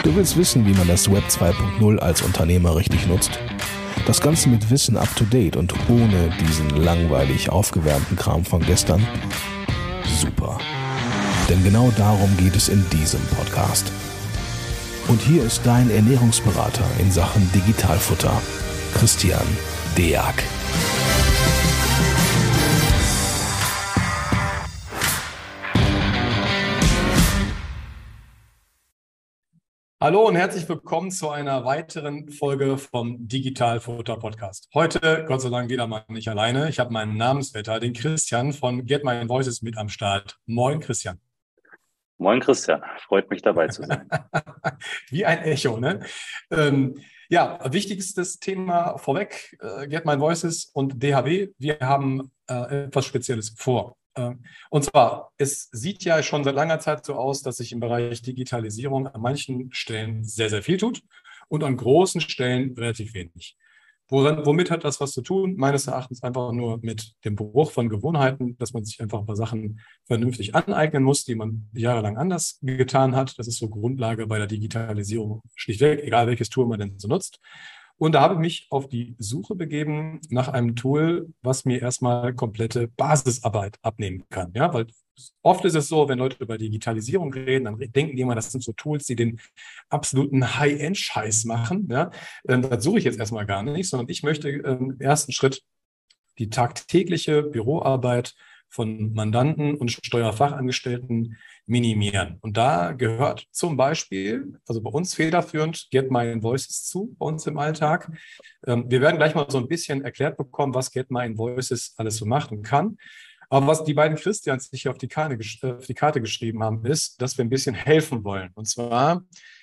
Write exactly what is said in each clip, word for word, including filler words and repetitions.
Du willst wissen, wie man das Web zwei Punkt null als Unternehmer richtig nutzt? Das Ganze mit Wissen up to date und ohne diesen langweilig aufgewärmten Kram von gestern? Super. Denn genau darum geht es in diesem Podcast. Und hier ist dein Ernährungsberater in Sachen Digitalfutter, Christian Deak. Hallo und herzlich willkommen zu einer weiteren Folge vom Digitalfutter Podcast. Heute, Gott sei Dank, wieder mal nicht alleine. Ich habe meinen Namensvetter, den Christian von Get My Voices, mit am Start. Moin, Christian. Moin, Christian. Freut mich, dabei zu sein. Wie ein Echo, ne? Ähm, ja, wichtigstes Thema vorweg, äh, Get My Voices und D H W. Wir haben äh, etwas Spezielles vor. Und zwar, es sieht ja schon seit langer Zeit so aus, dass sich im Bereich Digitalisierung an manchen Stellen sehr, sehr viel tut und an großen Stellen relativ wenig. Woran, womit hat das was zu tun? Meines Erachtens einfach nur mit dem Bruch von Gewohnheiten, dass man sich einfach ein paar Sachen vernünftig aneignen muss, die man jahrelang anders getan hat. Das ist so Grundlage bei der Digitalisierung schlichtweg, egal welches Tool man denn so nutzt. Und da habe ich mich auf die Suche begeben nach einem Tool, was mir erstmal komplette Basisarbeit abnehmen kann. Ja, weil oft ist es so, wenn Leute über Digitalisierung reden, dann denken die immer, das sind so Tools, die den absoluten High-End-Scheiß machen. Ja, das suche ich jetzt erstmal gar nicht, sondern ich möchte im ersten Schritt die tagtägliche Büroarbeit von Mandanten und Steuerfachangestellten minimieren. Und da gehört zum Beispiel, also bei uns federführend, Get My Voices zu, bei uns im Alltag. Wir werden gleich mal so ein bisschen erklärt bekommen, was Get My Voices alles so macht und kann. Aber was die beiden Christians sich hier auf die Karte, auf die Karte geschrieben haben, ist, dass wir ein bisschen helfen wollen. Und zwar,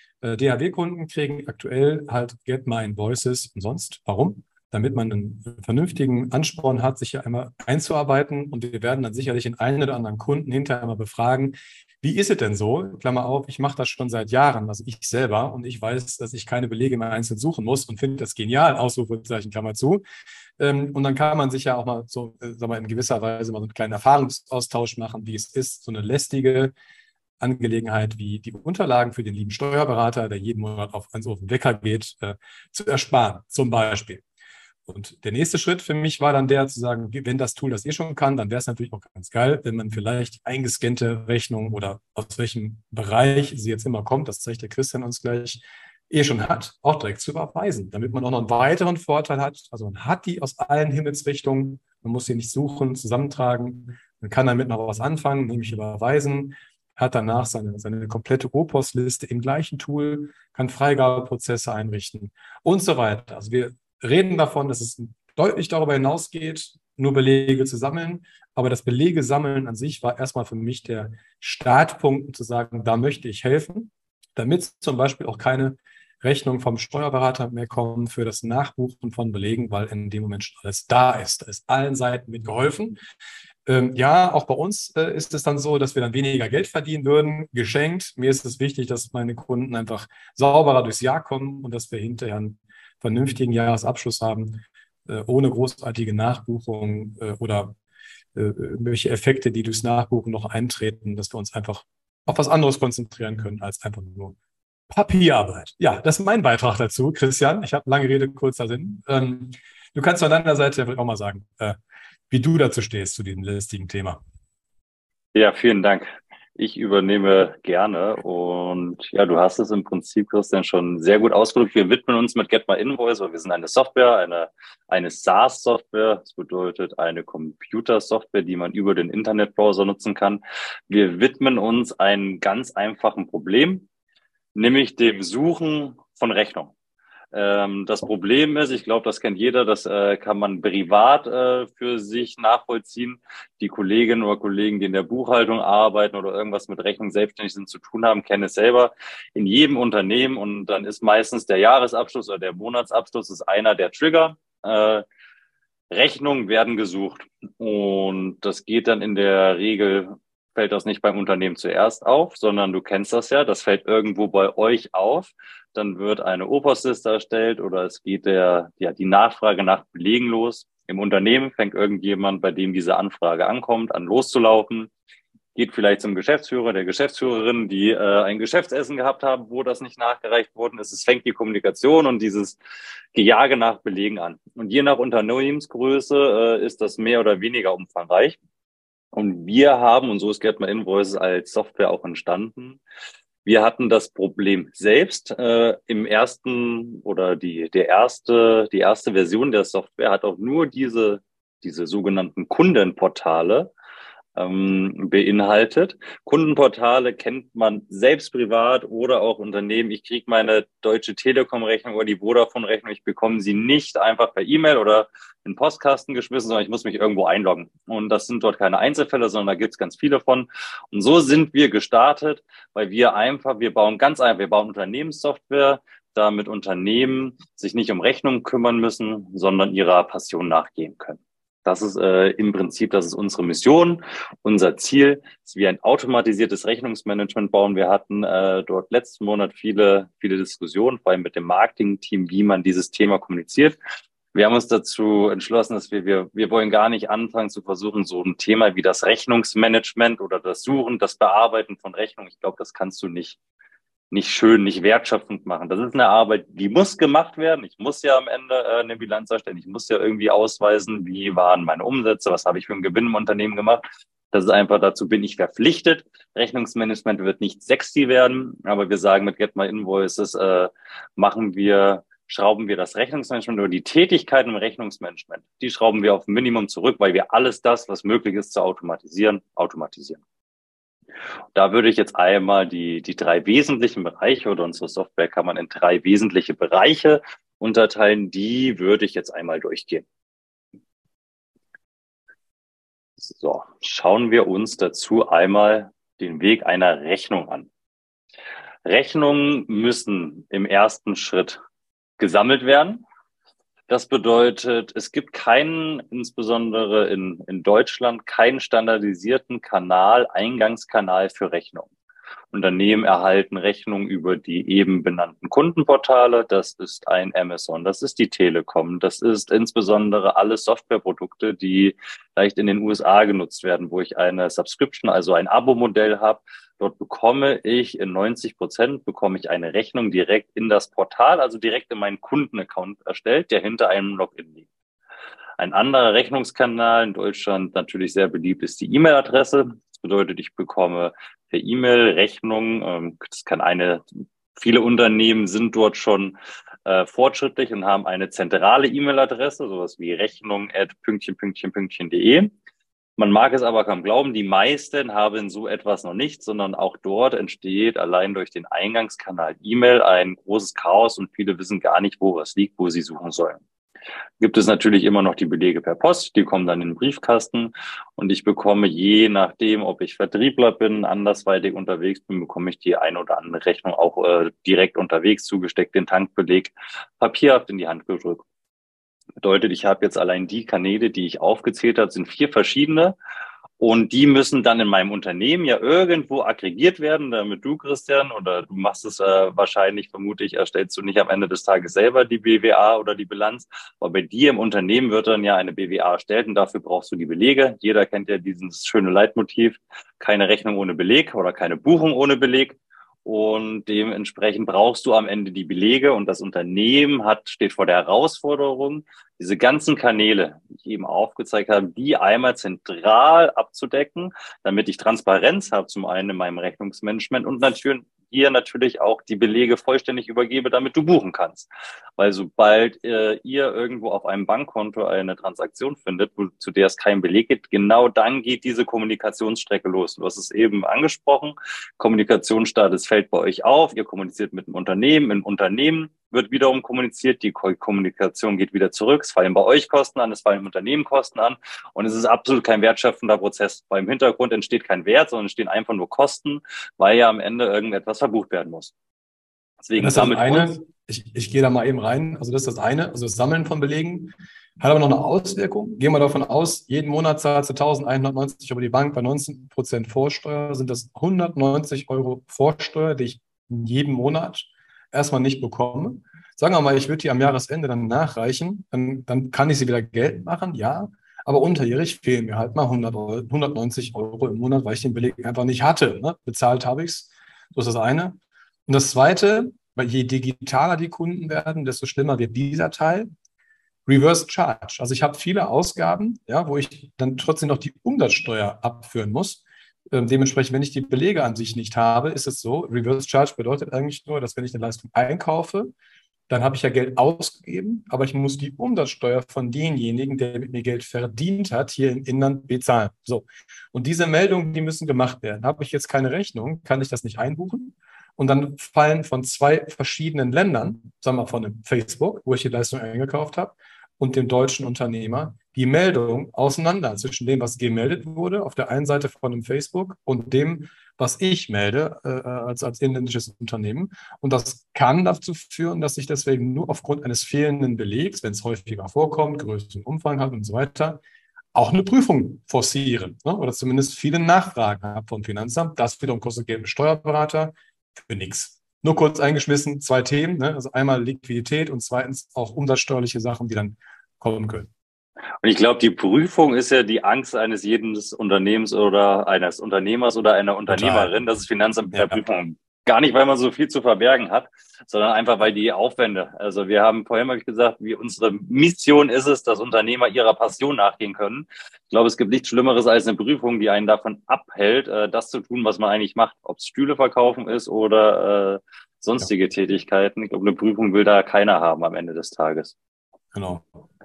D H W-Kunden kriegen aktuell halt Get My Voices umsonst. Warum? Damit man einen vernünftigen Ansporn hat, sich hier einmal einzuarbeiten. Und wir werden dann sicherlich den einen oder anderen Kunden hinterher mal befragen, wie ist es denn so? Klammer auf, ich mache das schon seit Jahren, also ich selber, und ich weiß, dass ich keine Belege mehr einzeln suchen muss und finde das genial, Ausrufezeichen, Klammer zu. Und dann kann man sich ja auch mal so, sagen wir mal, in gewisser Weise mal so einen kleinen Erfahrungsaustausch machen, wie es ist, so eine lästige Angelegenheit wie die Unterlagen für den lieben Steuerberater, der jeden Monat auf, ans auf den Wecker geht, äh, zu ersparen, zum Beispiel. Und der nächste Schritt für mich war dann der, zu sagen, wenn das Tool das eh schon kann, dann wäre es natürlich auch ganz geil, wenn man vielleicht eingescannte Rechnung oder aus welchem Bereich sie jetzt immer kommt, das zeigt der Christian uns gleich, eh schon hat, auch direkt zu überweisen, damit man auch noch einen weiteren Vorteil hat. Also man hat die aus allen Himmelsrichtungen, man muss sie nicht suchen, zusammentragen, man kann damit noch was anfangen, nämlich überweisen, hat danach seine, seine komplette O-Post-Liste im gleichen Tool, kann Freigabeprozesse einrichten und so weiter. Also wir reden davon, dass es deutlich darüber hinausgeht, nur Belege zu sammeln. Aber das Belege sammeln an sich war erstmal für mich der Startpunkt, um zu sagen, da möchte ich helfen, damit zum Beispiel auch keine Rechnungen vom Steuerberater mehr kommen für das Nachbuchen von Belegen, weil in dem Moment schon alles da ist. Da ist allen Seiten mit geholfen. Ähm, ja, auch bei uns äh, ist es dann so, dass wir dann weniger Geld verdienen würden, geschenkt. Mir ist es wichtig, dass meine Kunden einfach sauberer durchs Jahr kommen und dass wir hinterher einen vernünftigen Jahresabschluss haben, äh, ohne großartige Nachbuchungen äh, oder äh, irgendwelche Effekte, die durchs Nachbuchen noch eintreten, dass wir uns einfach auf was anderes konzentrieren können als einfach nur Papierarbeit. Ja, das ist mein Beitrag dazu, Christian. Ich habe lange Rede, kurzer Sinn. Ähm, du kannst von deiner Seite auch mal sagen, äh, wie du dazu stehst, zu diesem lästigen Thema. Ja, vielen Dank. Ich übernehme gerne und ja, du hast es im Prinzip, Christian, schon sehr gut ausgedrückt. Wir widmen uns mit Get My Invoice, weil wir sind eine Software, eine, eine SaaS-Software. Das bedeutet eine Computersoftware, die man über den Internetbrowser nutzen kann. Wir widmen uns einem ganz einfachen Problem, nämlich dem Suchen von Rechnungen. Ähm, das Problem ist, ich glaube, das kennt jeder, das äh, kann man privat äh, für sich nachvollziehen. Die Kolleginnen oder Kollegen, die in der Buchhaltung arbeiten oder irgendwas mit Rechnung selbstständig sind, zu tun haben, kennen es selber in jedem Unternehmen. Und dann ist meistens der Jahresabschluss oder der Monatsabschluss ist einer der Trigger. Äh, Rechnungen werden gesucht. Und das geht dann in der Regel, fällt das nicht beim Unternehmen zuerst auf, sondern du kennst das ja, das fällt irgendwo bei euch auf. Dann wird eine O-Post-Liste erstellt oder es geht der, ja, die Nachfrage nach Belegen los. Im Unternehmen fängt irgendjemand, bei dem diese Anfrage ankommt, an loszulaufen. geht vielleicht zum Geschäftsführer, der Geschäftsführerin, die äh, ein Geschäftsessen gehabt haben, wo das nicht nachgereicht worden ist. Es fängt die Kommunikation und dieses Gejage nach Belegen an. Und je nach Unternehmensgröße äh, ist das mehr oder weniger umfangreich. Und wir haben, und so ist Get My Invoices als Software auch entstanden, wir hatten das Problem selbst äh, im ersten oder die der erste die erste Version der Software hat auch nur diese diese sogenannten Kundenportale ähm, beinhaltet. Kundenportale kennt man selbst privat oder auch Unternehmen. Ich kriege meine Deutsche Telekom-Rechnung oder die Vodafone-Rechnung. Ich bekomme sie nicht einfach per E-Mail oder in den Postkasten geschmissen, sondern ich muss mich irgendwo einloggen. Und das sind dort keine Einzelfälle, sondern da gibt es ganz viele von. Und so sind wir gestartet, weil wir einfach, wir bauen ganz einfach, wir bauen Unternehmenssoftware, damit Unternehmen sich nicht um Rechnungen kümmern müssen, sondern ihrer Passion nachgehen können. Das ist äh, im Prinzip, das ist unsere Mission, unser Ziel, dass wir ein automatisiertes Rechnungsmanagement bauen. Wir hatten äh, dort letzten Monat viele, viele Diskussionen, vor allem mit dem Marketing-Team, wie man dieses Thema kommuniziert. Wir haben uns dazu entschlossen, dass wir, wir, wir wollen gar nicht anfangen zu versuchen, so ein Thema wie das Rechnungsmanagement oder das Suchen, das Bearbeiten von Rechnungen. Ich glaube, das kannst du nicht nicht schön, nicht wertschöpfend machen. Das ist eine Arbeit, die muss gemacht werden. Ich muss ja am Ende äh, eine Bilanz erstellen. Ich muss ja irgendwie ausweisen, wie waren meine Umsätze, was habe ich für einen Gewinn im Unternehmen gemacht. Das ist einfach, dazu bin ich verpflichtet. Rechnungsmanagement wird nicht sexy werden, aber wir sagen mit Get My Invoices äh, machen wir, schrauben wir das Rechnungsmanagement oder die Tätigkeiten im Rechnungsmanagement, die schrauben wir auf ein Minimum zurück, weil wir alles das, was möglich ist zu automatisieren, automatisieren. Da würde ich jetzt einmal die, die drei wesentlichen Bereiche oder unsere Software kann man in drei wesentliche Bereiche unterteilen. Die würde ich jetzt einmal durchgehen. So, schauen wir uns dazu einmal den Weg einer Rechnung an. Rechnungen müssen im ersten Schritt gesammelt werden. Das bedeutet, es gibt keinen, insbesondere in, in Deutschland, keinen standardisierten Kanal, Eingangskanal für Rechnungen. Unternehmen erhalten Rechnungen über die eben benannten Kundenportale. Das ist ein Amazon, das ist die Telekom, das ist insbesondere alle Softwareprodukte, die vielleicht in den U S A genutzt werden, wo ich eine Subscription, also ein Abo-Modell habe. Dort bekomme ich in neunzig Prozent bekomme ich eine Rechnung direkt in das Portal, also direkt in meinen Kundenaccount erstellt, der hinter einem Login liegt. Ein anderer Rechnungskanal in Deutschland natürlich sehr beliebt ist die E-Mail-Adresse. Das bedeutet, ich bekomme per E-Mail Rechnungen. Das kann eine, viele Unternehmen sind dort schon äh, fortschrittlich und haben eine zentrale E-Mail-Adresse, sowas wie rechnung at pünktchen, pünktchen, pünktchen.de. Man mag es aber kaum glauben, die meisten haben so etwas noch nicht, sondern auch dort entsteht allein durch den Eingangskanal E-Mail ein großes Chaos und viele wissen gar nicht, wo was liegt, wo sie suchen sollen. Gibt es natürlich immer noch die Belege per Post, die kommen dann in den Briefkasten und ich bekomme je nachdem, ob ich Vertriebler bin, andersweitig unterwegs bin, bekomme ich die ein oder andere Rechnung auch äh, direkt unterwegs zugesteckt, den Tankbeleg, papierhaft in die Hand gedrückt. Bedeutet, ich habe jetzt allein die Kanäle, die ich aufgezählt habe, sind vier verschiedene und die müssen dann in meinem Unternehmen ja irgendwo aggregiert werden, damit du, Christian, oder du machst es äh, wahrscheinlich, vermute ich, erstellst du nicht am Ende des Tages selber die B W A oder die Bilanz, aber bei dir im Unternehmen wird dann ja eine B W A erstellt und dafür brauchst du die Belege. Jeder kennt ja dieses schöne Leitmotiv, keine Rechnung ohne Beleg oder keine Buchung ohne Beleg. Und dementsprechend brauchst du am Ende die Belege und das Unternehmen hat, steht vor der Herausforderung, diese ganzen Kanäle, die ich eben aufgezeigt habe, die einmal zentral abzudecken, damit ich Transparenz habe, zum einen in meinem Rechnungsmanagement und natürlich hier natürlich auch die Belege vollständig übergebe, damit du buchen kannst. Weil sobald äh, ihr irgendwo auf einem Bankkonto eine Transaktion findet, wo, zu der es keinen Beleg gibt, genau dann geht diese Kommunikationsstrecke los. Du hast es eben angesprochen, Kommunikationsstatus fällt bei euch auf, ihr kommuniziert mit dem Unternehmen, im Unternehmen wird wiederum kommuniziert, die Kommunikation geht wieder zurück, es fallen bei euch Kosten an, es fallen im Unternehmen Kosten an und es ist absolut kein wertschöpfender Prozess, weil im Hintergrund entsteht kein Wert, sondern entstehen einfach nur Kosten, weil ja am Ende irgendetwas verbucht werden muss. Deswegen das ist das eine, ich, ich gehe da mal eben rein, also das ist das eine, also das Sammeln von Belegen, hat aber noch eine Auswirkung. Gehen wir davon aus, jeden Monat zahlst du eintausendeinhundertneunzig über die Bank, bei neunzehn Prozent Vorsteuer sind das hundertneunzig Euro Vorsteuer, die ich in jedem Monat erstmal nicht bekomme. Sagen wir mal, ich würde die am Jahresende dann nachreichen, dann, dann kann ich sie wieder geltend machen, ja. aber unterjährig fehlen mir halt mal hundert Euro, hundertneunzig Euro im Monat, weil ich den Beleg einfach nicht hatte. Ne? Bezahlt habe ich es. So ist das eine. Und das Zweite, weil je digitaler die Kunden werden, desto schlimmer wird dieser Teil. Reverse Charge. Also ich habe viele Ausgaben, ja, wo ich dann trotzdem noch die Umsatzsteuer abführen muss. Ähm, dementsprechend, wenn ich die Belege an sich nicht habe, ist es so, Reverse Charge bedeutet eigentlich nur, dass wenn ich eine Leistung einkaufe, dann habe ich ja Geld ausgegeben, aber ich muss die Umsatzsteuer von denjenigen, der mit mir Geld verdient hat, hier im Inland bezahlen. So. Und diese Meldungen, die müssen gemacht werden. Habe ich jetzt keine Rechnung, kann ich das nicht einbuchen. Und dann fallen von zwei verschiedenen Ländern, sagen wir von dem Facebook, wo ich die Leistung eingekauft habe, und dem deutschen Unternehmer die Meldung auseinander zwischen dem, was gemeldet wurde, auf der einen Seite von dem Facebook und dem, was ich melde äh, als, als inländisches Unternehmen. Und das kann dazu führen, dass ich deswegen nur aufgrund eines fehlenden Belegs, wenn es häufiger vorkommt, größeren Umfang hat und so weiter, auch eine Prüfung forciere, ne? Oder zumindest viele Nachfragen habe vom Finanzamt. Das wiederum kostet Geld mit Steuerberater für nichts. Nur kurz eingeschmissen, zwei Themen, ne? Also einmal Liquidität und zweitens auch umsatzsteuerliche Sachen, die dann kommen können. Und ich glaube, die Prüfung ist ja die Angst eines jeden Unternehmens oder eines Unternehmers oder einer Unternehmerin, dass das Finanzamt mit der ja. Prüfung gar nicht, weil man so viel zu verbergen hat, sondern einfach, weil die Aufwände, also wir haben vorhin mal gesagt, wie unsere Mission ist es, dass Unternehmer ihrer Passion nachgehen können. Ich glaube, es gibt nichts Schlimmeres als eine Prüfung, die einen davon abhält, das zu tun, was man eigentlich macht, ob es Stühle verkaufen ist oder äh, sonstige ja. Tätigkeiten. Ich glaube, eine Prüfung will da keiner haben am Ende des Tages. Genau.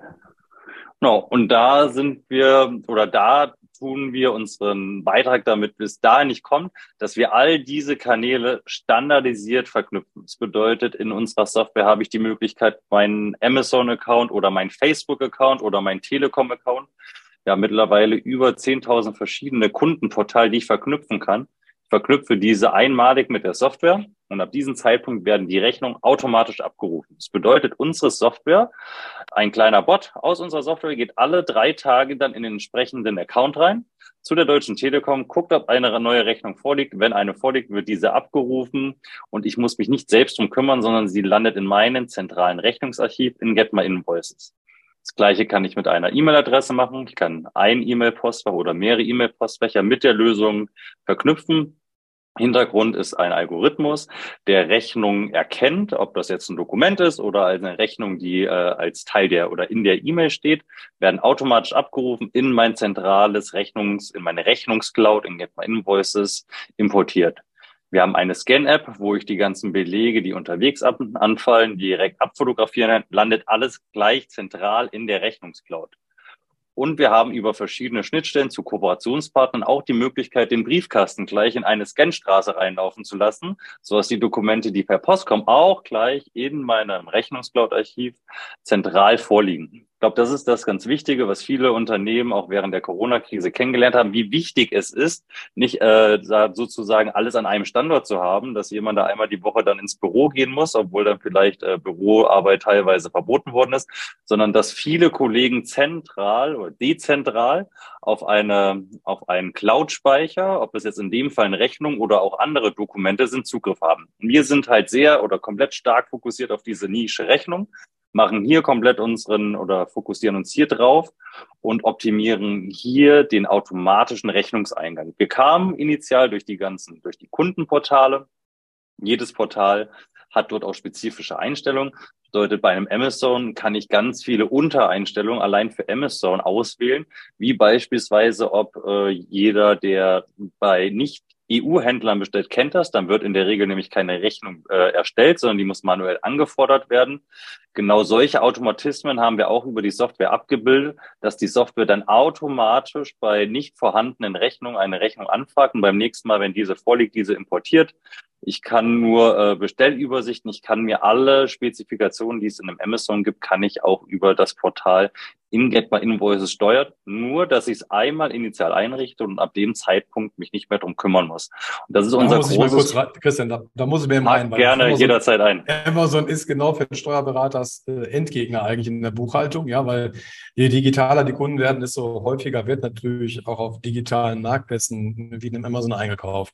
Genau, und da sind wir, oder da tun wir unseren Beitrag, damit bis dahin nicht kommt, dass wir all diese Kanäle standardisiert verknüpfen. Das bedeutet, in unserer Software habe ich die Möglichkeit, meinen Amazon-Account oder meinen Facebook-Account oder meinen Telekom-Account, ja mittlerweile über zehntausend verschiedene Kundenportale, die ich verknüpfen kann. Ich verknüpfe diese einmalig mit der Software und ab diesem Zeitpunkt werden die Rechnungen automatisch abgerufen. Das bedeutet, unsere Software, ein kleiner Bot aus unserer Software geht alle drei Tage dann in den entsprechenden Account rein zu der Deutschen Telekom, guckt, ob eine neue Rechnung vorliegt. Wenn eine vorliegt, wird diese abgerufen und ich muss mich nicht selbst drum kümmern, sondern sie landet in meinem zentralen Rechnungsarchiv in Get My Invoices. Das Gleiche kann ich mit einer E-Mail-Adresse machen. Ich kann ein E-Mail-Postfach oder mehrere E-Mail-Postfächer mit der Lösung verknüpfen. Hintergrund ist ein Algorithmus, der Rechnungen erkennt, ob das jetzt ein Dokument ist oder eine Rechnung, die äh, als Teil der oder in der E-Mail steht, werden automatisch abgerufen in mein zentrales Rechnungs, in meine Rechnungscloud, in Get My Invoices importiert. Wir haben eine Scan-App, wo ich die ganzen Belege, die unterwegs ab, anfallen, direkt abfotografieren, landet alles gleich zentral in der Rechnungscloud. Und wir haben über verschiedene Schnittstellen zu Kooperationspartnern auch die Möglichkeit, den Briefkasten gleich in eine Scanstraße reinlaufen zu lassen, sodass die Dokumente, die per Post kommen, auch gleich in meinem Rechnungscloud-Archiv zentral vorliegen. Ich glaube, das ist das ganz Wichtige, was viele Unternehmen auch während der Corona-Krise kennengelernt haben, wie wichtig es ist, nicht äh, sozusagen alles an einem Standort zu haben, dass jemand da einmal die Woche dann ins Büro gehen muss, obwohl dann vielleicht äh, Büroarbeit teilweise verboten worden ist, sondern dass viele Kollegen zentral oder dezentral auf eine auf einen Cloud-Speicher, ob es jetzt in dem Fall eine Rechnung oder auch andere Dokumente sind, Zugriff haben. Wir sind halt sehr oder komplett stark fokussiert auf diese Nische Rechnung, machen hier komplett unseren oder fokussieren uns hier drauf und optimieren hier den automatischen Rechnungseingang. Wir kamen initial durch die ganzen, durch die Kundenportale. Jedes Portal hat dort auch spezifische Einstellungen. Das bedeutet, bei einem Amazon kann ich ganz viele Untereinstellungen allein für Amazon auswählen, wie beispielsweise, ob äh, jeder, der bei nicht E U-Händlern bestellt, kennt das. Dann wird in der Regel nämlich keine Rechnung äh, erstellt, sondern die muss manuell angefordert werden. Genau solche Automatismen haben wir auch über die Software abgebildet, dass die Software dann automatisch bei nicht vorhandenen Rechnungen eine Rechnung anfragt und beim nächsten Mal, wenn diese vorliegt, diese importiert. Ich kann nur äh, Bestellübersichten, ich kann mir alle Spezifikationen, die es in einem Amazon gibt, kann ich auch über das Portal in Get My Invoices steuern. Nur, dass ich es einmal initial einrichte und ab dem Zeitpunkt mich nicht mehr drum kümmern muss. Und das ist da unser muss großes... Ich mal kurz, Christian, da, da muss ich mir mal ein, gerne Amazon, jederzeit ein. Amazon ist genau für den Steuerberaters äh, Endgegner eigentlich in der Buchhaltung, ja, weil je digitaler die Kunden werden, desto häufiger wird natürlich auch auf digitalen Marktplätzen wie in Amazon eingekauft.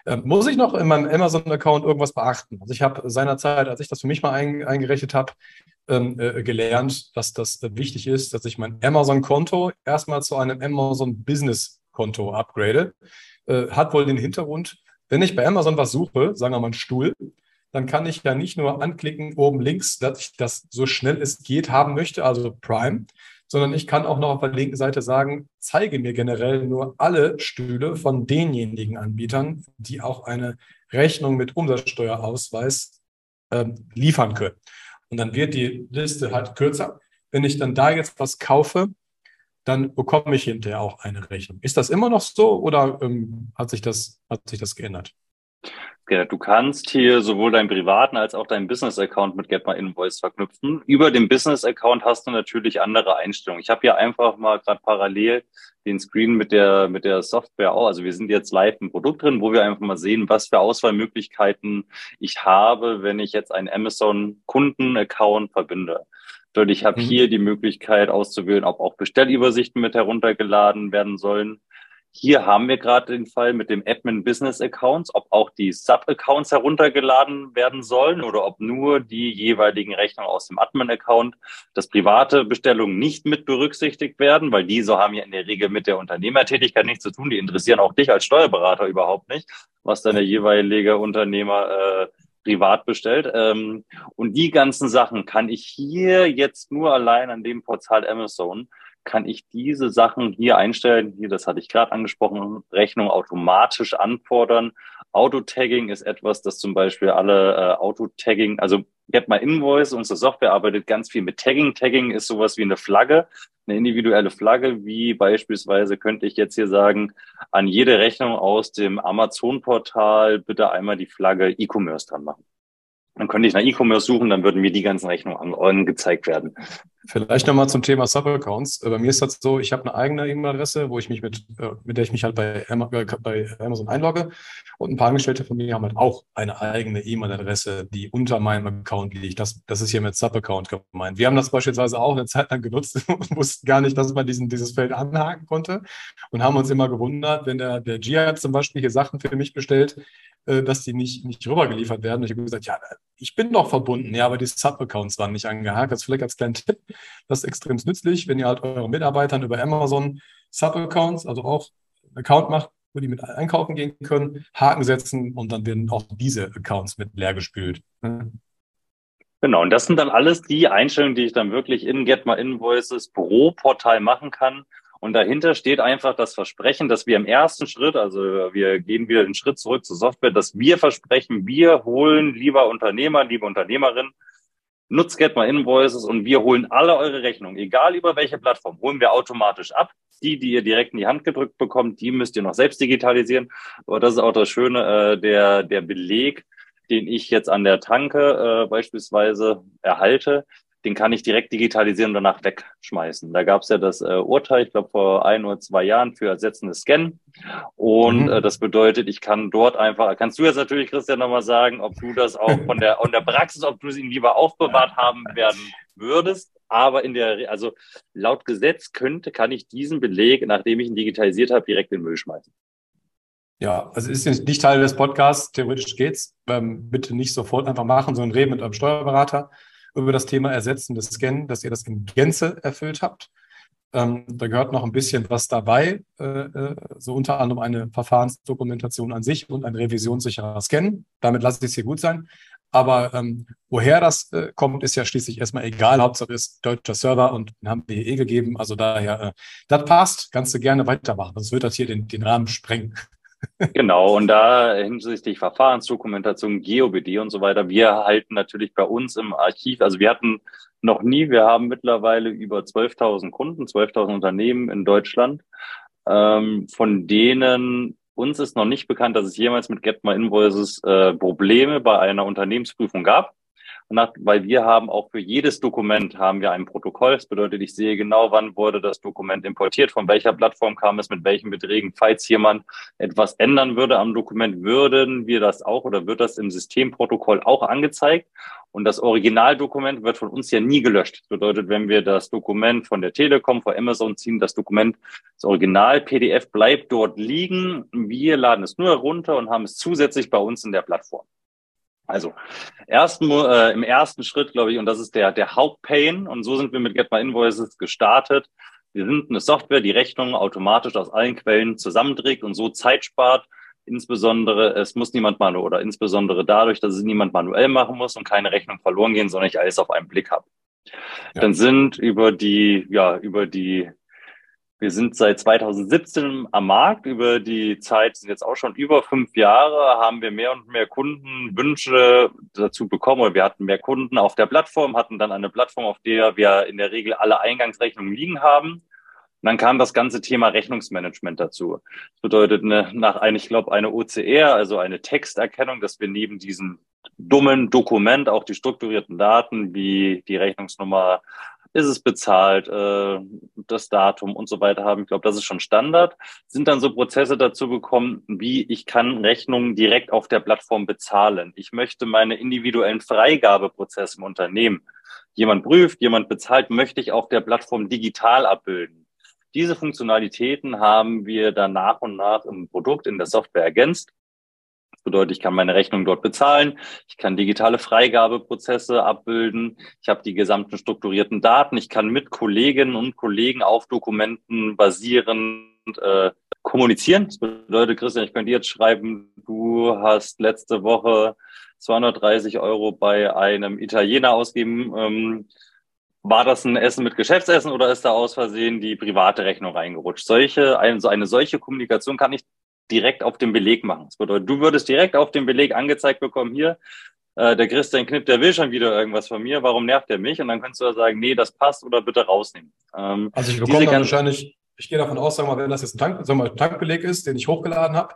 Ähm, muss ich noch in meinem Amazon-Account irgendwas beachten? Also ich habe seinerzeit, als ich das für mich mal ein, eingerichtet habe, ähm, äh, gelernt, dass das äh, wichtig ist, dass ich mein Amazon-Konto erstmal zu einem Amazon-Business-Konto upgrade. Äh, hat wohl den Hintergrund, wenn ich bei Amazon was suche, sagen wir mal einen Stuhl, dann kann ich ja nicht nur anklicken oben links, dass ich das so schnell es geht haben möchte, also Prime, sondern ich kann auch noch auf der linken Seite sagen, zeige mir generell nur alle Stühle von denjenigen Anbietern, die auch eine Rechnung mit Umsatzsteuerausweis ähm, liefern können. Und dann wird die Liste halt kürzer. Wenn ich dann da jetzt was kaufe, dann bekomme ich hinterher auch eine Rechnung. Ist das immer noch so oder ähm, hat sich das, hat sich das geändert? Ja, du kannst hier sowohl deinen privaten als auch deinen Business-Account mit Get My Invoice verknüpfen. Über den Business-Account hast du natürlich andere Einstellungen. Ich habe hier einfach mal gerade parallel den Screen mit der mit der Software auch. Also wir sind jetzt live im Produkt drin, wo wir einfach mal sehen, was für Auswahlmöglichkeiten ich habe, wenn ich jetzt einen Amazon-Kunden-Account verbinde. Und ich habe hier die Möglichkeit auszuwählen, ob auch Bestellübersichten mit heruntergeladen werden sollen. Hier haben wir gerade den Fall mit dem Admin Business Accounts, ob auch die Sub-Accounts heruntergeladen werden sollen oder ob nur die jeweiligen Rechnungen aus dem Admin-Account, dass private Bestellungen nicht mit berücksichtigt werden, weil diese haben ja in der Regel mit der Unternehmertätigkeit nichts zu tun. Die interessieren auch dich als Steuerberater überhaupt nicht, was dann der jeweilige Unternehmer äh, privat bestellt. Ähm, und die ganzen Sachen kann ich hier jetzt nur allein an dem Portal Amazon kann ich diese Sachen hier einstellen. Hier, das hatte ich gerade angesprochen, Rechnung automatisch anfordern. Autotagging ist etwas, das zum Beispiel alle äh, Autotagging, also Get My Invoice, unsere Software arbeitet ganz viel mit Tagging. Tagging ist sowas wie eine Flagge, eine individuelle Flagge, wie beispielsweise könnte ich jetzt hier sagen, an jede Rechnung aus dem Amazon-Portal bitte einmal die Flagge E-Commerce dran machen. Dann könnte ich nach E-Commerce suchen, dann würden mir die ganzen Rechnungen angezeigt werden. Vielleicht nochmal zum Thema Sub-Accounts. Bei mir ist das so, ich habe eine eigene E-Mail-Adresse, wo ich mich mit, mit der ich mich halt bei, bei Amazon einlogge. Und ein paar Angestellte von mir haben halt auch eine eigene E-Mail-Adresse, die unter meinem Account liegt. Das, das ist hier mit Sub-Account gemeint. Wir haben das beispielsweise auch eine Zeit lang genutzt und wussten gar nicht, dass man diesen, dieses Feld anhaken konnte und haben uns immer gewundert, wenn der, der Jihad zum Beispiel hier Sachen für mich bestellt, dass die nicht, nicht rübergeliefert werden. Und ich habe gesagt, ja, ich bin doch verbunden, ja, aber die Sub-Accounts waren nicht angehakt. Das vielleicht als kleinen Tipp, das ist extrem nützlich, wenn ihr halt euren Mitarbeitern über Amazon Sub-Accounts, also auch einen Account macht, wo die mit einkaufen gehen können, Haken setzen und dann werden auch diese Accounts mit leer gespült. Genau, und das sind dann alles die Einstellungen, die ich dann wirklich in Get My Invoices pro Portal machen kann. Und dahinter steht einfach das Versprechen, dass wir im ersten Schritt, also wir gehen wieder einen Schritt zurück zur Software, dass wir versprechen, wir holen, lieber Unternehmer, liebe Unternehmerin, nutzt Get My Invoices und wir holen alle eure Rechnungen, egal über welche Plattform, holen wir automatisch ab. Die, die ihr direkt in die Hand gedrückt bekommt, die müsst ihr noch selbst digitalisieren. Aber das ist auch das Schöne, äh, der, der Beleg, den ich jetzt an der Tanke äh, beispielsweise erhalte, den kann ich direkt digitalisieren und danach wegschmeißen. Da gab es ja das äh, Urteil, ich glaube vor ein oder zwei Jahren für ersetzendes Scannen. Und mhm. äh, das bedeutet, ich kann dort einfach, kannst du jetzt natürlich, Christian, nochmal sagen, ob du das auch von der, von der Praxis, ob du es ihn lieber aufbewahrt haben werden würdest. Aber in der, also laut Gesetz könnte, kann ich diesen Beleg, nachdem ich ihn digitalisiert habe, direkt in den Müll schmeißen. Ja, also ist nicht Teil des Podcasts, theoretisch geht's. Ähm, bitte nicht sofort einfach machen, sondern reden mit eurem Steuerberater über das Thema Ersetzen des Scannen, dass ihr das in Gänze erfüllt habt. Ähm, da gehört noch ein bisschen was dabei, äh, so unter anderem eine Verfahrensdokumentation an sich und ein revisionssicherer Scan. Damit lasse ich es hier gut sein. Aber ähm, woher das äh, kommt, ist ja schließlich erstmal egal. Hauptsache ist deutscher Server und den haben wir hier eh gegeben. Also daher, äh, das passt. Kannst du gerne weitermachen. Sonst wird das hier den, den Rahmen sprengen. Genau, und da hinsichtlich Verfahrensdokumentation, G O B D und so weiter, wir halten natürlich bei uns im Archiv, also wir hatten noch nie, wir haben mittlerweile über zwölftausend Kunden, zwölftausend Unternehmen in Deutschland, ähm, von denen uns ist noch nicht bekannt, dass es jemals mit Get My Invoices äh, Probleme bei einer Unternehmensprüfung gab. nach, weil wir haben auch für jedes Dokument haben wir ein Protokoll. Das bedeutet, ich sehe genau, wann wurde das Dokument importiert, von welcher Plattform kam es, mit welchen Beträgen. Falls jemand etwas ändern würde am Dokument, würden wir das auch oder wird das im Systemprotokoll auch angezeigt. Und das Originaldokument wird von uns ja nie gelöscht. Das bedeutet, wenn wir das Dokument von der Telekom, von Amazon ziehen, das Dokument, das Original-P D F bleibt dort liegen. Wir laden es nur herunter und haben es zusätzlich bei uns in der Plattform. Also ersten, äh, im ersten Schritt, glaube ich, und das ist der, der Hauptpain, und so sind wir mit Get My Invoices gestartet. Wir sind eine Software, die Rechnungen automatisch aus allen Quellen zusammenträgt und so Zeit spart. Insbesondere, es muss niemand manuell oder insbesondere dadurch, dass es niemand manuell machen muss und keine Rechnung verloren gehen, sondern ich alles auf einen Blick habe. Ja. Dann sind über die, ja, über die, wir sind seit zweitausendsiebzehn am Markt. Über die Zeit sind jetzt auch schon über fünf Jahre, haben wir mehr und mehr Kundenwünsche dazu bekommen. Oder wir hatten mehr Kunden auf der Plattform, hatten dann eine Plattform, auf der wir in der Regel alle Eingangsrechnungen liegen haben. Und dann kam das ganze Thema Rechnungsmanagement dazu. Das bedeutet, eine, nach eine, ich glaube, eine O C R, also eine Texterkennung, dass wir neben diesem dummen Dokument auch die strukturierten Daten wie die Rechnungsnummer, ist es bezahlt, äh, das Datum und so weiter haben. Ich glaube, das ist schon Standard. Sind dann so Prozesse dazu gekommen, wie ich kann Rechnungen direkt auf der Plattform bezahlen. Ich möchte meine individuellen Freigabeprozesse im Unternehmen. Jemand prüft, jemand bezahlt, möchte ich auf der Plattform digital abbilden. Diese Funktionalitäten haben wir dann nach und nach im Produkt, in der Software ergänzt. Das bedeutet, ich kann meine Rechnung dort bezahlen, ich kann digitale Freigabeprozesse abbilden, ich habe die gesamten strukturierten Daten, ich kann mit Kolleginnen und Kollegen auf Dokumenten basierend äh, kommunizieren. Das bedeutet, Christian, ich könnte jetzt schreiben, du hast letzte Woche zweihundertdreißig Euro bei einem Italiener ausgegeben. Ähm, War das ein Essen mit Geschäftsessen oder ist da aus Versehen die private Rechnung reingerutscht? Solche, eine, eine solche Kommunikation kann ich direkt auf dem Beleg machen. Das bedeutet, du würdest direkt auf dem Beleg angezeigt bekommen, hier, äh, der Christian Knipp, der will schon wieder irgendwas von mir, warum nervt der mich? Und dann kannst du sagen, nee, das passt oder bitte rausnehmen. Ähm, also ich bekomme dann wahrscheinlich, ich gehe davon aus, sagen wir mal, wenn das jetzt ein, Tank, sagen wir mal, ein Tankbeleg ist, den ich hochgeladen habe,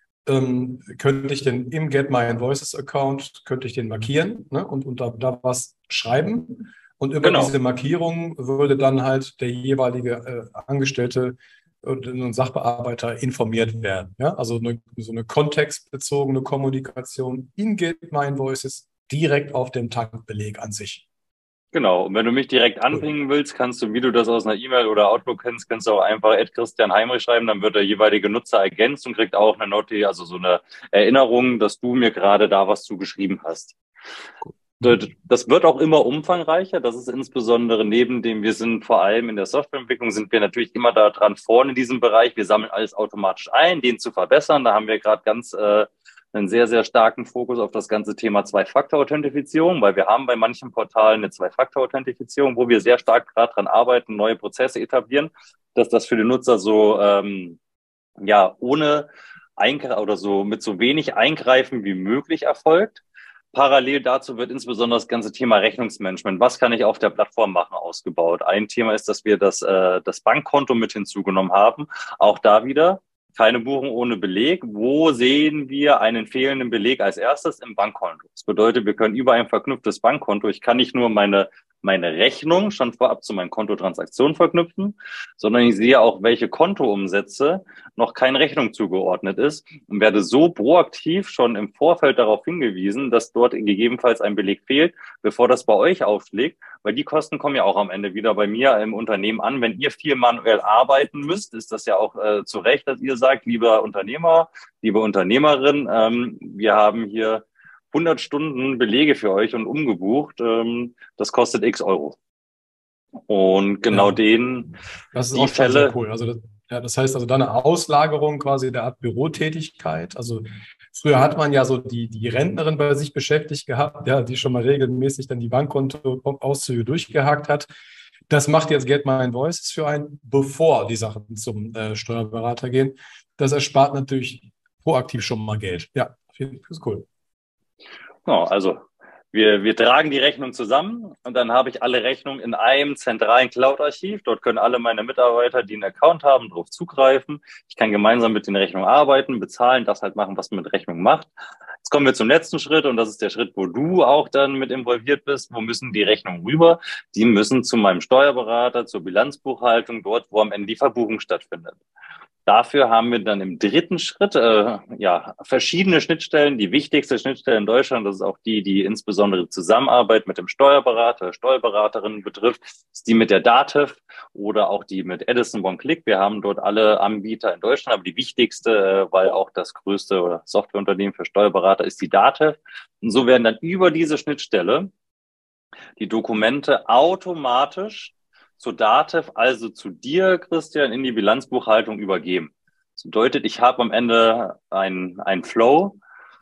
ähm, könnte ich den im Get My Invoices Account, könnte ich den markieren, ne, und, und da, da was schreiben. Und über genau. diese Markierung würde dann halt der jeweilige äh, Angestellte und Sachbearbeiter informiert werden. Ja? Also eine, so eine kontextbezogene Kommunikation in Get My Invoices direkt auf dem Tankbeleg an sich. Genau, und wenn du mich direkt anpingen willst, kannst du, wie du das aus einer E-Mail oder Outlook kennst, kannst du auch einfach at Christian Heinrich schreiben, dann wird der jeweilige Nutzer ergänzt und kriegt auch eine Note, also so eine Erinnerung, dass du mir gerade da was zugeschrieben hast. Gut. Das wird auch immer umfangreicher. Das ist insbesondere neben dem, wir sind vor allem in der Softwareentwicklung, sind wir natürlich immer da dran vorne in diesem Bereich. Wir sammeln alles automatisch ein, den zu verbessern. Da haben wir gerade ganz äh, einen sehr, sehr starken Fokus auf das ganze Thema Zwei-Faktor-Authentifizierung, weil wir haben bei manchen Portalen eine Zwei-Faktor-Authentifizierung, wo wir sehr stark gerade dran arbeiten, neue Prozesse etablieren, dass das für den Nutzer so ähm, ja ohne Eingreifen oder so mit so wenig Eingreifen wie möglich erfolgt. Parallel dazu wird insbesondere das ganze Thema Rechnungsmanagement, was kann ich auf der Plattform machen, ausgebaut. Ein Thema ist, dass wir das, äh, das Bankkonto mit hinzugenommen haben. Auch da wieder keine Buchung ohne Beleg. Wo sehen wir einen fehlenden Beleg als erstes? Im Bankkonto. Das bedeutet, wir können über ein verknüpftes Bankkonto, ich kann nicht nur meine meine Rechnung schon vorab zu meinen Kontotransaktionen verknüpfen, sondern ich sehe auch, welche Kontoumsätze noch keine Rechnung zugeordnet ist und werde so proaktiv schon im Vorfeld darauf hingewiesen, dass dort gegebenenfalls ein Beleg fehlt, bevor das bei euch aufschlägt, weil die Kosten kommen ja auch am Ende wieder bei mir im Unternehmen an. Wenn ihr viel manuell arbeiten müsst, ist das ja auch äh, zu Recht, dass ihr sagt, lieber Unternehmer, liebe Unternehmerin, ähm, wir haben hier hundert Stunden Belege für euch und umgebucht, ähm, das kostet x Euro. Und genau ja, den, das ist die auch Fälle, sehr cool. Also das, ja, das heißt also dann eine Auslagerung quasi der Art Bürotätigkeit. Also früher hat man ja so die, die Rentnerin bei sich beschäftigt gehabt, ja, die schon mal regelmäßig dann die Bankkontoauszüge durchgehakt hat. Das macht jetzt Get My Invoices für einen, bevor die Sachen zum äh, Steuerberater gehen. Das erspart natürlich proaktiv schon mal Geld. Ja, das ist cool. Genau, also Wir, wir tragen die Rechnung zusammen und dann habe ich alle Rechnungen in einem zentralen Cloud-Archiv. Dort können alle meine Mitarbeiter, die einen Account haben, darauf zugreifen. Ich kann gemeinsam mit den Rechnungen arbeiten, bezahlen, das halt machen, was man mit Rechnungen macht. Jetzt kommen wir zum letzten Schritt und das ist der Schritt, wo du auch dann mit involviert bist. Wo müssen die Rechnungen rüber? Die müssen zu meinem Steuerberater, zur Bilanzbuchhaltung, dort, wo am Ende die Verbuchung stattfindet. Dafür haben wir dann im dritten Schritt äh, ja verschiedene Schnittstellen. Die wichtigste Schnittstelle in Deutschland, das ist auch die, die insbesondere die Zusammenarbeit mit dem Steuerberater, Steuerberaterin betrifft, ist die mit der DATEV oder auch die mit Edison One-Click. Wir haben dort alle Anbieter in Deutschland, aber die wichtigste, äh, weil auch das größte oder Softwareunternehmen für Steuerberater ist die DATEV. Und so werden dann über diese Schnittstelle die Dokumente automatisch zur DATEV, also zu dir, Christian, in die Bilanzbuchhaltung übergeben. Das bedeutet, ich habe am Ende ein, ein Flow,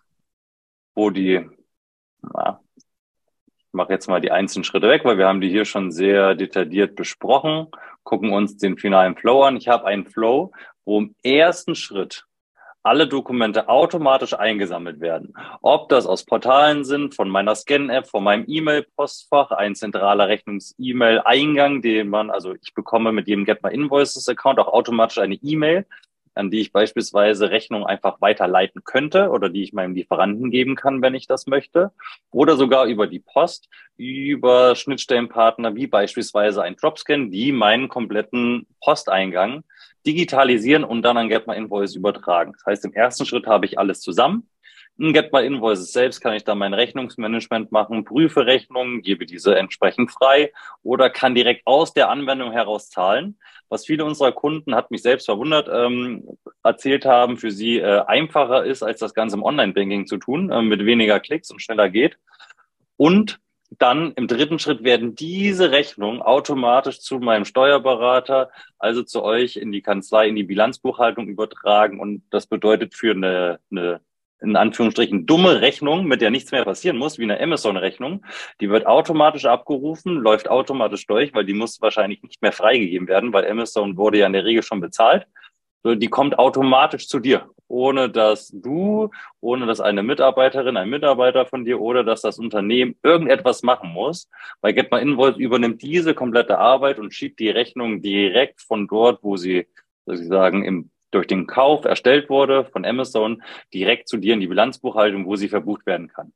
wo die, na, ich mache jetzt mal die einzelnen Schritte weg, weil wir haben die hier schon sehr detailliert besprochen, gucken uns den finalen Flow an. Ich habe einen Flow, wo im ersten Schritt alle Dokumente automatisch eingesammelt werden. Ob das aus Portalen sind, von meiner Scan-App, von meinem E-Mail-Postfach, ein zentraler Rechnungs-E-Mail-Eingang, den man, also ich bekomme mit jedem Get My Invoices-Account auch automatisch eine E-Mail, an die ich beispielsweise Rechnungen einfach weiterleiten könnte oder die ich meinem Lieferanten geben kann, wenn ich das möchte. Oder sogar über die Post, über Schnittstellenpartner wie beispielsweise ein Dropscan, die meinen kompletten Posteingang digitalisieren und dann an Get My Invoices übertragen. Das heißt, im ersten Schritt habe ich alles zusammen. In Get My Invoices selbst kann ich dann mein Rechnungsmanagement machen, prüfe Rechnungen, gebe diese entsprechend frei oder kann direkt aus der Anwendung heraus zahlen. Was viele unserer Kunden, hat mich selbst verwundert, ähm, erzählt haben, für sie äh, einfacher ist, als das Ganze im Online-Banking zu tun, äh, mit weniger Klicks und schneller geht. Und dann im dritten Schritt werden diese Rechnungen automatisch zu meinem Steuerberater, also zu euch in die Kanzlei, in die Bilanzbuchhaltung übertragen. Und das bedeutet für eine, eine in Anführungsstrichen dumme Rechnung, mit der nichts mehr passieren muss, wie eine Amazon-Rechnung, die wird automatisch abgerufen, läuft automatisch durch, weil die muss wahrscheinlich nicht mehr freigegeben werden, weil Amazon wurde ja in der Regel schon bezahlt. Die kommt automatisch zu dir, ohne dass du, ohne dass eine Mitarbeiterin, ein Mitarbeiter von dir oder dass das Unternehmen irgendetwas machen muss. Weil Get My Invoice übernimmt diese komplette Arbeit und schiebt die Rechnung direkt von dort, wo sie sozusagen im, durch den Kauf erstellt wurde, von Amazon, direkt zu dir in die Bilanzbuchhaltung, wo sie verbucht werden kann.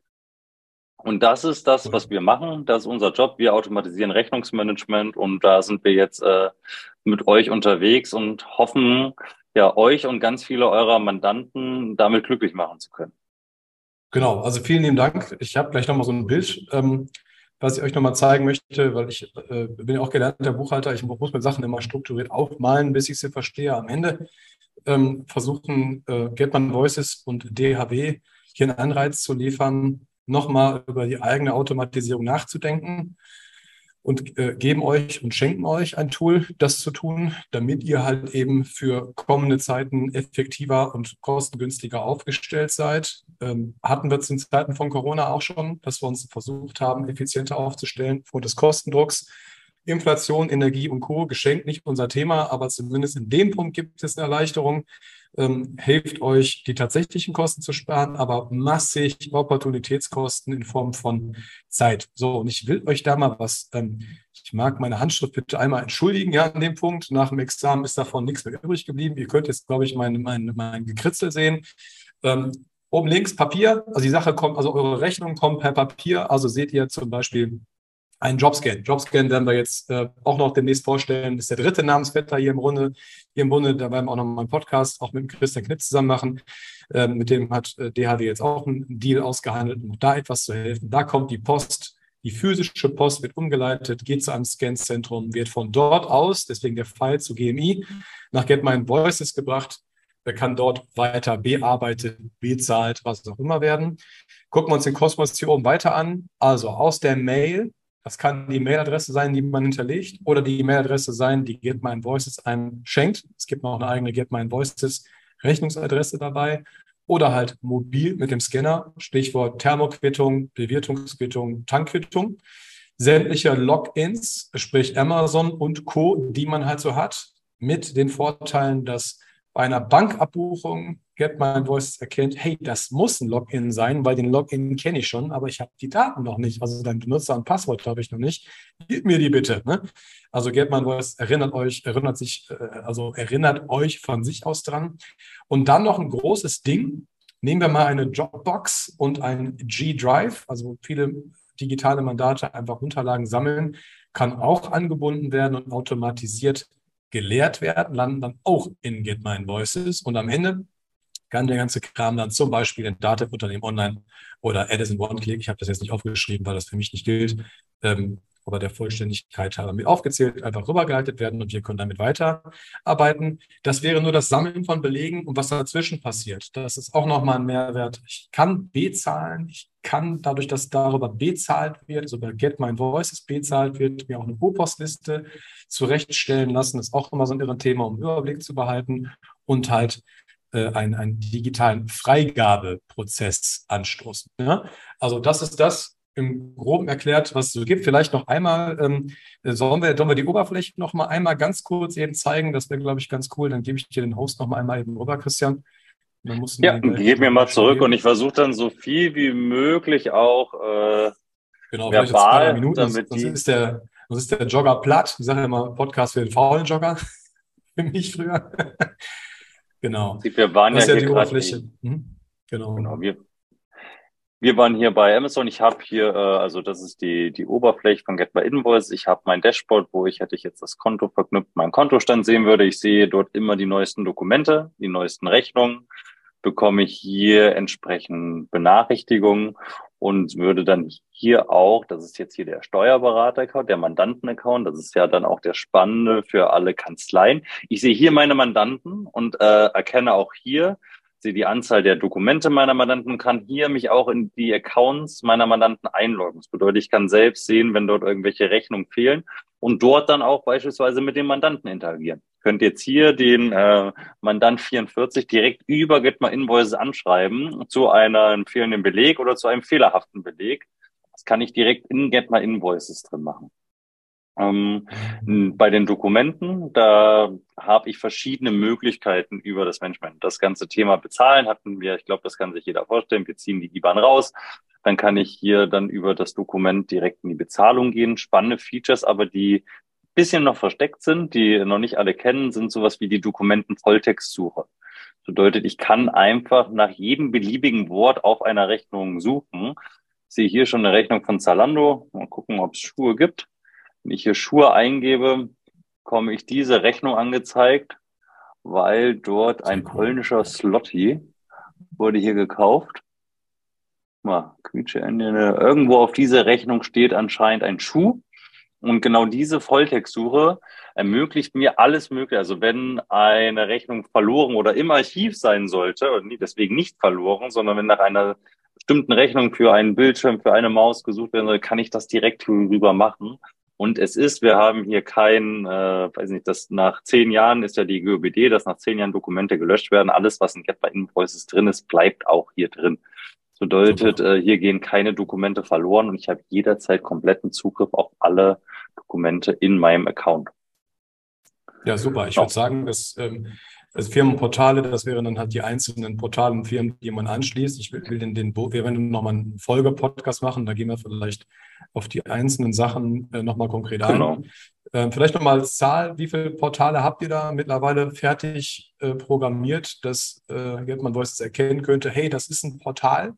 Und das ist das, was wir machen. Das ist unser Job. Wir automatisieren Rechnungsmanagement und da sind wir jetzt äh, mit euch unterwegs und hoffen, ja, euch und ganz viele eurer Mandanten damit glücklich machen zu können. Genau, also vielen lieben Dank. Ich habe gleich nochmal so ein Bild, ähm, was ich euch nochmal zeigen möchte, weil ich äh, bin ja auch gelernter Buchhalter. Ich muss mir Sachen immer strukturiert aufmalen, bis ich sie verstehe. Am Ende ähm, versuchen äh, Get My Invoices und D H W hier einen Anreiz zu liefern, nochmal über die eigene Automatisierung nachzudenken und äh, geben euch und schenken euch ein Tool, das zu tun, damit ihr halt eben für kommende Zeiten effektiver und kostengünstiger aufgestellt seid. Ähm, hatten wir zu den Zeiten von Corona auch schon, dass wir uns versucht haben, effizienter aufzustellen vor des Kostendrucks. Inflation, Energie und Co. geschenkt, nicht unser Thema, aber zumindest in dem Punkt gibt es eine Erleichterung. Ähm, hilft euch, die tatsächlichen Kosten zu sparen, aber massig Opportunitätskosten in Form von Zeit. So, und ich will euch da mal was, ähm, ich mag meine Handschrift bitte einmal entschuldigen, ja, an dem Punkt. Nach dem Examen ist davon nichts mehr übrig geblieben. Ihr könnt jetzt, glaube ich, mein, mein, mein Gekritzel sehen. Ähm, oben links Papier, also die Sache kommt, also eure Rechnung kommt per Papier, also seht ihr zum Beispiel ein Jobscan. Jobscan werden wir jetzt äh, auch noch demnächst vorstellen. Das ist der dritte Namensvetter hier im Bunde. Hier im Bunde, da werden wir auch noch mal einen Podcast auch mit Christian Knipp zusammen machen. Ähm, mit dem hat äh, D H W jetzt auch einen Deal ausgehandelt, um da etwas zu helfen. Da kommt die Post, die physische Post wird umgeleitet, geht zu einem Scanzentrum, wird von dort aus, deswegen der Fall zu G M I, nach Get My Invoices gebracht. Der kann dort weiter bearbeitet, bezahlt, was auch immer werden. Gucken wir uns den Kosmos hier oben weiter an. Also aus der Mail, das kann die Mailadresse sein, die man hinterlegt, oder die Mailadresse sein, die Get My Invoices einem schenkt. Es gibt noch eine eigene Get My Invoices Rechnungsadresse dabei. Oder halt mobil mit dem Scanner, Stichwort Thermoquittung, Bewirtungsquittung, Tankquittung. Sämtliche Logins, sprich Amazon und Co., die man halt so hat, mit den Vorteilen, dass bei einer Bankabbuchung Get My Invoices erkennt, hey, das muss ein Login sein, weil den Login kenne ich schon, aber ich habe die Daten noch nicht. Also dein Benutzer und Passwort habe ich noch nicht. Gib mir die bitte. Ne? Also Get My Invoices erinnert euch, erinnert sich, also erinnert euch von sich aus dran. Und dann noch ein großes Ding. Nehmen wir mal eine Dropbox und ein G-Drive, also viele digitale Mandate einfach Unterlagen sammeln, kann auch angebunden werden und automatisiert geleert werden, landen dann auch in Get My Invoices und am Ende kann der ganze Kram dann zum Beispiel in Datev-Unternehmen online oder Edison One-Click, ich habe das jetzt nicht aufgeschrieben, weil das für mich nicht gilt, ähm, aber der Vollständigkeit halber mit aufgezählt, einfach rübergeleitet werden und wir können damit weiterarbeiten. Das wäre nur das Sammeln von Belegen und was dazwischen passiert. Das ist auch nochmal ein Mehrwert. Ich kann bezahlen, ich kann dadurch, dass darüber bezahlt wird, also bei Get My Invoices bezahlt wird, mir auch eine Rohpostliste zurechtstellen lassen. Das ist auch immer so ein irres Thema, um einen Überblick zu behalten und halt äh, einen, einen digitalen Freigabeprozess anstoßen. Ja? Also das ist das, im Groben erklärt, was es so gibt. Vielleicht noch einmal, ähm, sollen, wir, sollen wir die Oberfläche noch mal einmal ganz kurz eben zeigen? Das wäre, glaube ich, ganz cool. Dann gebe ich dir den Host noch mal einmal eben rüber, Christian. Dann musst du ja, gib mir mal zurück geben. Und ich versuche dann so viel wie möglich auch äh, genau, verbal, zwei, drei Minuten, damit sonst, die... Sonst ist, der, sonst ist der Jogger platt. Ich sage ja immer, Podcast für den faulen Jogger. Für mich früher. Genau. Wir waren das ja ist hier die Oberfläche. Die... Mhm. Genau. genau wir Wir waren hier bei Amazon. Ich habe hier, äh, also das ist die die Oberfläche von Get My Invoice. Ich habe mein Dashboard, wo ich, hätte ich jetzt das Konto verknüpft, meinen Kontostand sehen würde. Ich sehe dort immer die neuesten Dokumente, die neuesten Rechnungen, bekomme ich hier entsprechend Benachrichtigungen und würde dann hier auch, das ist jetzt hier der Steuerberater-Account, der Mandanten-Account, das ist ja dann auch der spannende für alle Kanzleien. Ich sehe hier meine Mandanten und äh, erkenne auch hier, sehe die Anzahl der Dokumente meiner Mandanten und kann hier mich auch in die Accounts meiner Mandanten einloggen. Das bedeutet, ich kann selbst sehen, wenn dort irgendwelche Rechnungen fehlen und dort dann auch beispielsweise mit dem Mandanten interagieren. Ich könnte jetzt hier den äh, Mandant vierundvierzig direkt über Get My Invoices anschreiben zu einem fehlenden Beleg oder zu einem fehlerhaften Beleg. Das kann ich direkt in Get My Invoices drin machen. Ähm, bei den Dokumenten, da habe ich verschiedene Möglichkeiten über das Management. Das ganze Thema Bezahlen hatten wir, ich glaube, das kann sich jeder vorstellen. Wir ziehen die I B A N raus, dann kann ich hier dann über das Dokument direkt in die Bezahlung gehen. Spannende Features, aber die ein bisschen noch versteckt sind, die noch nicht alle kennen, sind sowas wie die Dokumenten-Volltextsuche. Das bedeutet, ich kann einfach nach jedem beliebigen Wort auf einer Rechnung suchen. Ich sehe hier schon eine Rechnung von Zalando. Mal gucken, ob es Schuhe gibt. Wenn ich hier Schuhe eingebe, bekomme ich diese Rechnung angezeigt, weil dort ein polnischer Zloty wurde hier gekauft. Mal, Quietscheende. Irgendwo auf dieser Rechnung steht anscheinend ein Schuh. Und genau diese Volltextsuche ermöglicht mir alles Mögliche. Also wenn eine Rechnung verloren oder im Archiv sein sollte, und deswegen nicht verloren, sondern wenn nach einer bestimmten Rechnung für einen Bildschirm, für eine Maus gesucht werden soll, kann ich das direkt rüber machen. Und es ist, wir haben hier kein, äh, weiß nicht, das nach zehn Jahren ist ja die G Ö B D, dass nach zehn Jahren Dokumente gelöscht werden. Alles, was in Get My Invoices drin ist, bleibt auch hier drin. Das bedeutet, äh, hier gehen keine Dokumente verloren und ich habe jederzeit kompletten Zugriff auf alle Dokumente in meinem Account. Ja, super. Ich würde sagen, dass ähm, also Firmenportale, das wären dann halt die einzelnen Portale und Firmen, die man anschließt. Ich will, will den, den, wir werden nochmal einen Folge-Podcast machen, da gehen wir vielleicht auf die einzelnen Sachen äh, nochmal konkret ein. Genau. Ähm, vielleicht nochmal als Zahl, wie viele Portale habt ihr da mittlerweile fertig äh, programmiert, dass äh, Get My Invoices erkennen könnte, hey, das ist ein Portal?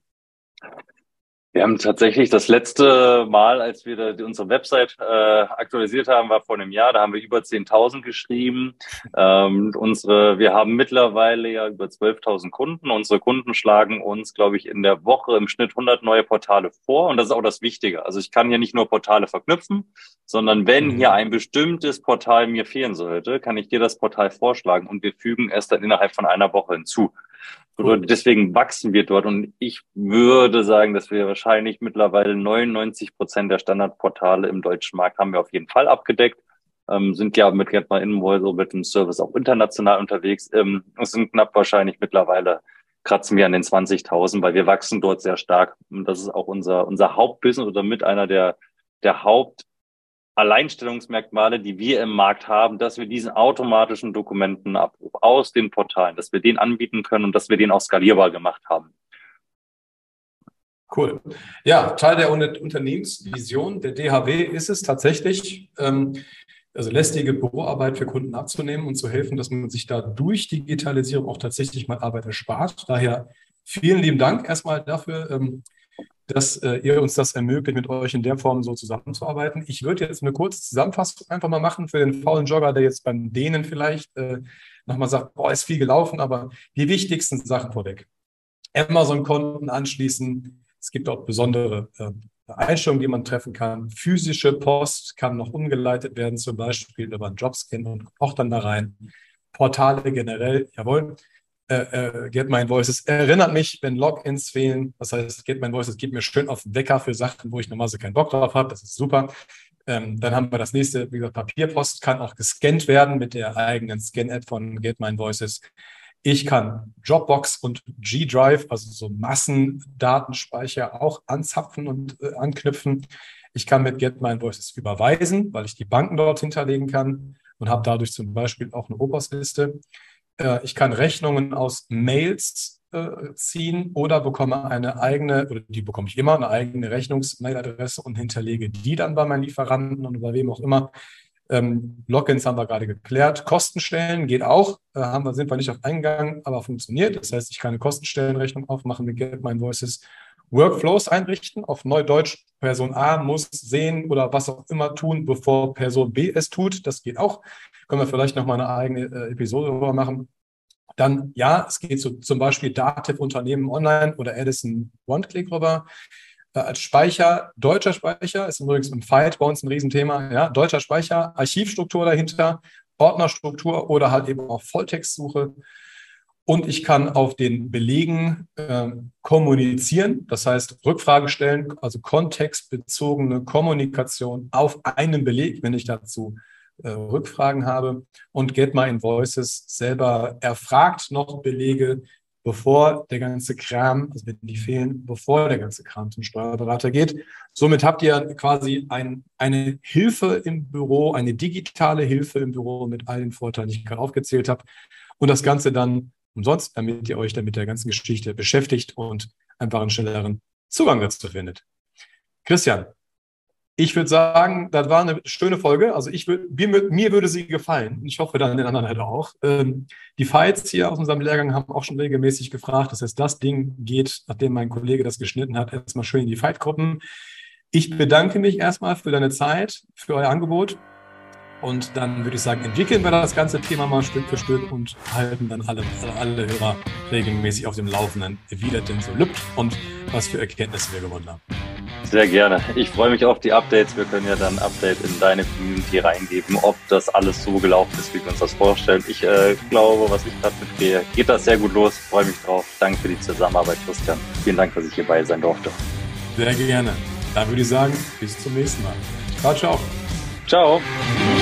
Wir haben tatsächlich das letzte Mal, als wir da unsere Website äh, aktualisiert haben, war vor einem Jahr. Da haben wir über zehntausend geschrieben. Ähm, unsere, wir haben mittlerweile ja über zwölftausend Kunden. Unsere Kunden schlagen uns, glaube ich, in der Woche im Schnitt hundert neue Portale vor. Und das ist auch das Wichtige. Also ich kann hier nicht nur Portale verknüpfen, sondern wenn hier ein bestimmtes Portal mir fehlen sollte, kann ich dir das Portal vorschlagen und wir fügen es dann innerhalb von einer Woche hinzu. Cool. Deswegen wachsen wir dort und ich würde sagen, dass wir wahrscheinlich mittlerweile neunundneunzig Prozent der Standardportale im deutschen Markt haben wir auf jeden Fall abgedeckt. Ähm, sind ja mit Get My Invoice, mit dem Service auch international unterwegs. Ähm, es sind knapp wahrscheinlich mittlerweile, kratzen wir an den zwanzigtausend, weil wir wachsen dort sehr stark. Und das ist auch unser unser Hauptbusiness oder mit einer der der Haupt Alleinstellungsmerkmale, die wir im Markt haben, dass wir diesen automatischen Dokumentenabruf aus den Portalen, dass wir den anbieten können und dass wir den auch skalierbar gemacht haben. Cool. Ja, Teil der Unternehmensvision der D H W ist es tatsächlich, ähm, also lästige Büroarbeit für Kunden abzunehmen und zu helfen, dass man sich da durch Digitalisierung auch tatsächlich mal Arbeit erspart. Daher vielen lieben Dank erstmal dafür, ähm, dass äh, ihr uns das ermöglicht, mit euch in der Form so zusammenzuarbeiten. Ich würde jetzt eine kurze Zusammenfassung einfach mal machen für den faulen Jogger, der jetzt beim Dehnen vielleicht äh, nochmal sagt, boah, ist viel gelaufen, aber die wichtigsten Sachen vorweg. Amazon-Konten anschließen. Es gibt auch besondere äh, Einstellungen, die man treffen kann. Physische Post kann noch umgeleitet werden, zum Beispiel über einen Jobscan und auch dann da rein. Portale generell, jawohl. Äh, äh, Get My Invoices erinnert mich, wenn Logins fehlen. Das heißt, Get My Invoices gibt mir schön auf den Wecker für Sachen, wo ich normalerweise keinen Bock drauf habe. Das ist super. Ähm, dann haben wir das nächste, wie gesagt, Papierpost kann auch gescannt werden mit der eigenen Scan-App von Get My Invoices. Ich kann Dropbox und G-Drive, also so Massendatenspeicher, auch anzapfen und äh, anknüpfen. Ich kann mit Get My Invoices überweisen, weil ich die Banken dort hinterlegen kann und habe dadurch zum Beispiel auch eine Obersliste. Äh, ich kann Rechnungen aus Mails äh, ziehen oder bekomme eine eigene, oder die bekomme ich immer, eine eigene Rechnungsmailadresse und hinterlege die dann bei meinen Lieferanten und bei wem auch immer. Ähm, Logins haben wir gerade geklärt. Kostenstellen geht auch. Äh, haben wir, sind wir nicht auf eingegangen, aber funktioniert. Das heißt, ich kann eine Kostenstellenrechnung aufmachen mit Get My Invoices. Workflows einrichten. Auf Neudeutsch, Person A muss sehen oder was auch immer tun, bevor Person B es tut. Das geht auch. Können wir vielleicht noch mal eine eigene äh, Episode darüber machen. Dann, ja, es geht so, zum Beispiel Dativ Unternehmen online oder Edison One-Click rüber. Als Speicher, deutscher Speicher, ist übrigens im Fight bei uns ein Riesenthema, ja, deutscher Speicher, Archivstruktur dahinter, Ordnerstruktur oder halt eben auch Volltextsuche. Und ich kann auf den Belegen äh, kommunizieren, das heißt Rückfragen stellen, also kontextbezogene Kommunikation auf einen Beleg, wenn ich dazu äh, Rückfragen habe. Und Get My Invoices selber erfragt noch Belege, bevor der ganze Kram, also wenn die fehlen, bevor der ganze Kram zum Steuerberater geht. Somit habt ihr quasi ein, eine Hilfe im Büro, eine digitale Hilfe im Büro mit all den Vorteilen, die ich gerade aufgezählt habe. Und das Ganze dann umsonst, damit ihr euch dann mit der ganzen Geschichte beschäftigt und einfach einen schnelleren Zugang dazu findet. Christian, ich würde sagen, das war eine schöne Folge. Also ich würd, mir, mir würde sie gefallen. Ich hoffe, dann den anderen halt auch. Ähm, die Fights hier aus unserem Lehrgang haben auch schon regelmäßig gefragt. Das heißt, das Ding geht, nachdem mein Kollege das geschnitten hat, erstmal schön in die Fight-Gruppen. Ich bedanke mich erstmal für deine Zeit, für euer Angebot. Und dann würde ich sagen, entwickeln wir das ganze Thema mal Stück für Stück und halten dann alle, alle, alle Hörer regelmäßig auf dem Laufenden, wie das denn so lübt und was für Erkenntnisse wir gewonnen haben. Sehr gerne. Ich freue mich auf die Updates. Wir können ja dann ein Update in deine Community reingeben, ob das alles so gelaufen ist, wie wir uns das vorstellen. Ich äh, glaube, was ich gerade mitkriege, geht das sehr gut los. Freue mich drauf. Danke für die Zusammenarbeit, Christian. Vielen Dank, dass ich hierbei sein durfte. Sehr gerne. Dann würde ich sagen, bis zum nächsten Mal. Ciao, ciao. Ciao.